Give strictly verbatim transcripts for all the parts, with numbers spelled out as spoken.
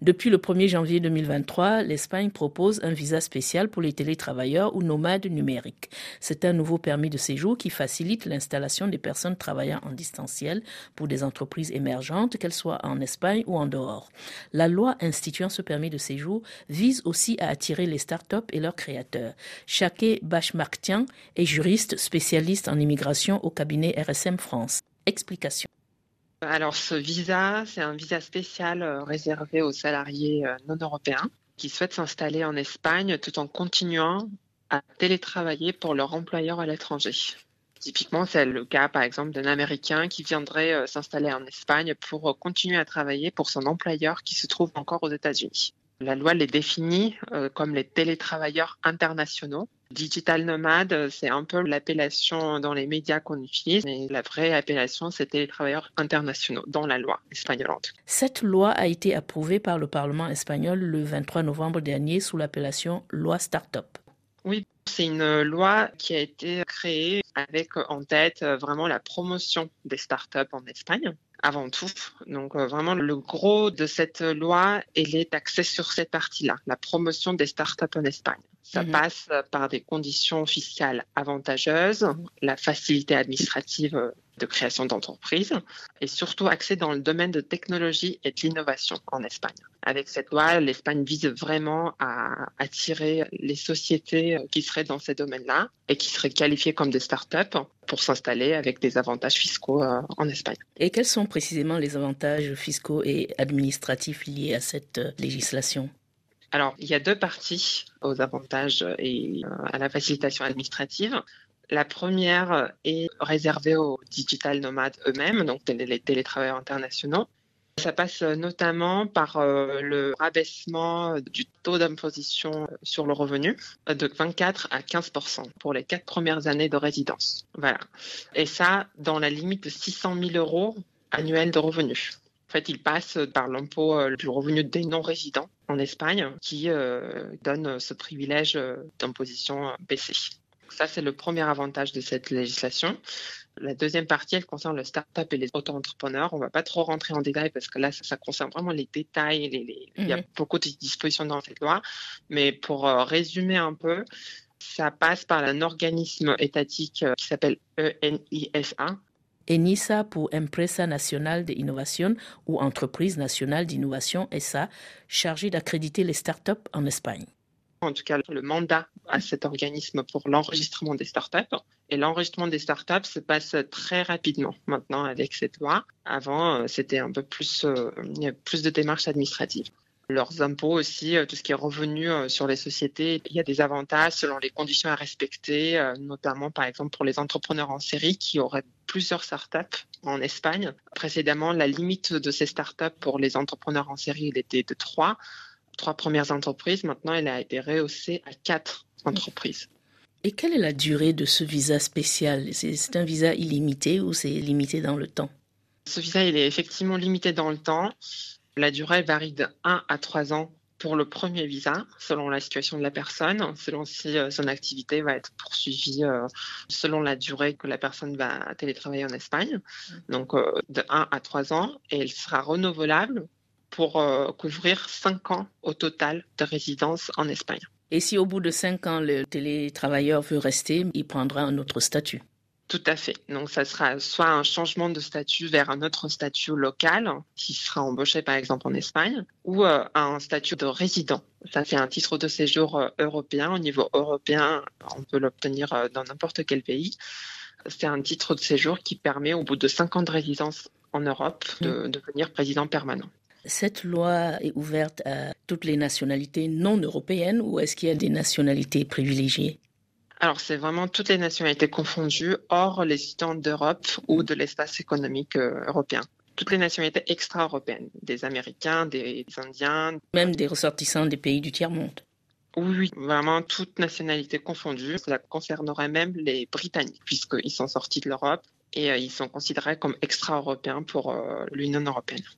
Depuis le premier janvier deux mille vingt-trois, l'Espagne propose un visa spécial pour les télétravailleurs ou nomades numériques. C'est un nouveau permis de séjour qui facilite l'installation des personnes travaillant en distanciel pour des entreprises émergentes, qu'elles soient en Espagne ou en dehors. La loi instituant ce permis de séjour vise aussi à attirer les start-up et leurs créateurs. Chaké Bachmartian est juriste spécialiste en immigration au cabinet R S M France. Explication. Alors ce visa, c'est un visa spécial euh, réservé aux salariés euh, non européens qui souhaitent s'installer en Espagne tout en continuant à télétravailler pour leur employeur à l'étranger. Typiquement, c'est le cas par exemple d'un Américain qui viendrait euh, s'installer en Espagne pour euh, continuer à travailler pour son employeur qui se trouve encore aux États-Unis. La loi les définit euh, comme les télétravailleurs internationaux. Digital nomade, c'est un peu l'appellation dans les médias qu'on utilise, mais la vraie appellation, c'est télétravailleurs internationaux dans la loi espagnole. Cette loi a été approuvée par le Parlement espagnol le vingt-trois novembre dernier sous l'appellation loi Start-up. Oui, c'est une loi qui a été créée avec en tête vraiment la promotion des startups en Espagne. Avant tout. Donc euh, vraiment le gros de cette loi, elle est axée sur cette partie-là, la promotion des startups en Espagne. Ça mmh. passe par des conditions fiscales avantageuses, la facilité administrative de création d'entreprises et surtout axée dans le domaine de technologie et de l'innovation en Espagne. Avec cette loi, l'Espagne vise vraiment à attirer les sociétés qui seraient dans ces domaines-là et qui seraient qualifiées comme des startups pour s'installer avec des avantages fiscaux en Espagne. Et quels sont précisément les avantages fiscaux et administratifs liés à cette législation ? Alors, il y a deux parties aux avantages et à la facilitation administrative. La première est réservée aux digital nomades eux-mêmes, donc les télétravailleurs internationaux. Ça passe notamment par euh, le rabaissement du taux d'imposition sur le revenu de vingt-quatre à quinze pour cent pour les quatre premières années de résidence. Voilà. Et ça, dans la limite de six cent mille euros annuels de revenus. En fait, il passe par l'impôt du revenu des non-résidents en Espagne qui euh, donne ce privilège d'imposition baissée. Ça, c'est le premier avantage de cette législation. La deuxième partie, elle concerne le start-up et les auto-entrepreneurs. On ne va pas trop rentrer en détail parce que là, ça, ça concerne vraiment les détails. Les, les... Mmh. Il y a beaucoup de dispositions dans cette loi. Mais pour euh, résumer un peu, ça passe par un organisme étatique qui s'appelle E N I S A. ENISA pour Empresa Nacional de Innovación ou Entreprise Nationale d'Innovation S A, chargée d'accréditer les start-up en Espagne. En tout cas, le mandat à cet organisme pour l'enregistrement des startups. Et l'enregistrement des startups se passe très rapidement maintenant avec cette loi. Avant, c'était un peu plus, euh, il y a plus de démarches administratives. Leurs impôts aussi, tout ce qui est revenu sur les sociétés, il y a des avantages selon les conditions à respecter, notamment par exemple pour les entrepreneurs en série qui auraient plusieurs startups en Espagne. Précédemment, la limite de ces startups pour les entrepreneurs en série, elle était de trois. Trois premières entreprises, maintenant elle a été rehaussée à quatre entreprises. Et quelle est la durée de ce visa spécial ? C'est, c'est un visa illimité ou c'est limité dans le temps ? Ce visa, il est effectivement limité dans le temps. La durée varie de un à trois ans pour le premier visa, selon la situation de la personne, selon si son activité va être poursuivie selon la durée que la personne va télétravailler en Espagne. Donc de un à trois ans, et elle sera renouvelable pour euh, couvrir cinq ans au total de résidence en Espagne. Et si au bout de cinq ans, le télétravailleur veut rester, il prendra un autre statut? Tout à fait. Donc, ça sera soit un changement de statut vers un autre statut local, qui sera embauché par exemple en Espagne, ou euh, un statut de résident. Ça, c'est un titre de séjour euh, européen. Au niveau européen, on peut l'obtenir euh, dans n'importe quel pays. C'est un titre de séjour qui permet, au bout de cinq ans de résidence en Europe, de, de devenir président permanent. Cette loi est ouverte à toutes les nationalités non européennes ou est-ce qu'il y a des nationalités privilégiées? Alors, c'est vraiment toutes les nationalités confondues, hors les citoyens d'Europe ou de l'espace économique euh, européen. Toutes les nationalités extra-européennes, des Américains, des Indiens. Même des ressortissants des pays du tiers-monde. Oui, oui, vraiment toutes nationalités confondues. Cela concernerait même les Britanniques, puisqu'ils sont sortis de l'Europe et euh, ils sont considérés comme extra-européens pour euh, l'Union européenne.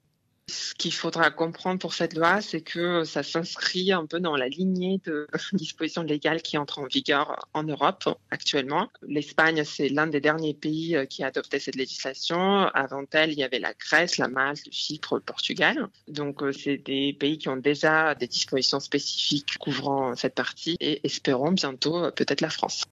Ce qu'il faudra comprendre pour cette loi, c'est que ça s'inscrit un peu dans la lignée de dispositions légales qui entrent en vigueur en Europe actuellement. L'Espagne, c'est l'un des derniers pays qui a adopté cette législation. Avant elle, il y avait la Grèce, la Malte, le Chypre, le Portugal. Donc, c'est des pays qui ont déjà des dispositions spécifiques couvrant cette partie et espérons bientôt peut-être la France.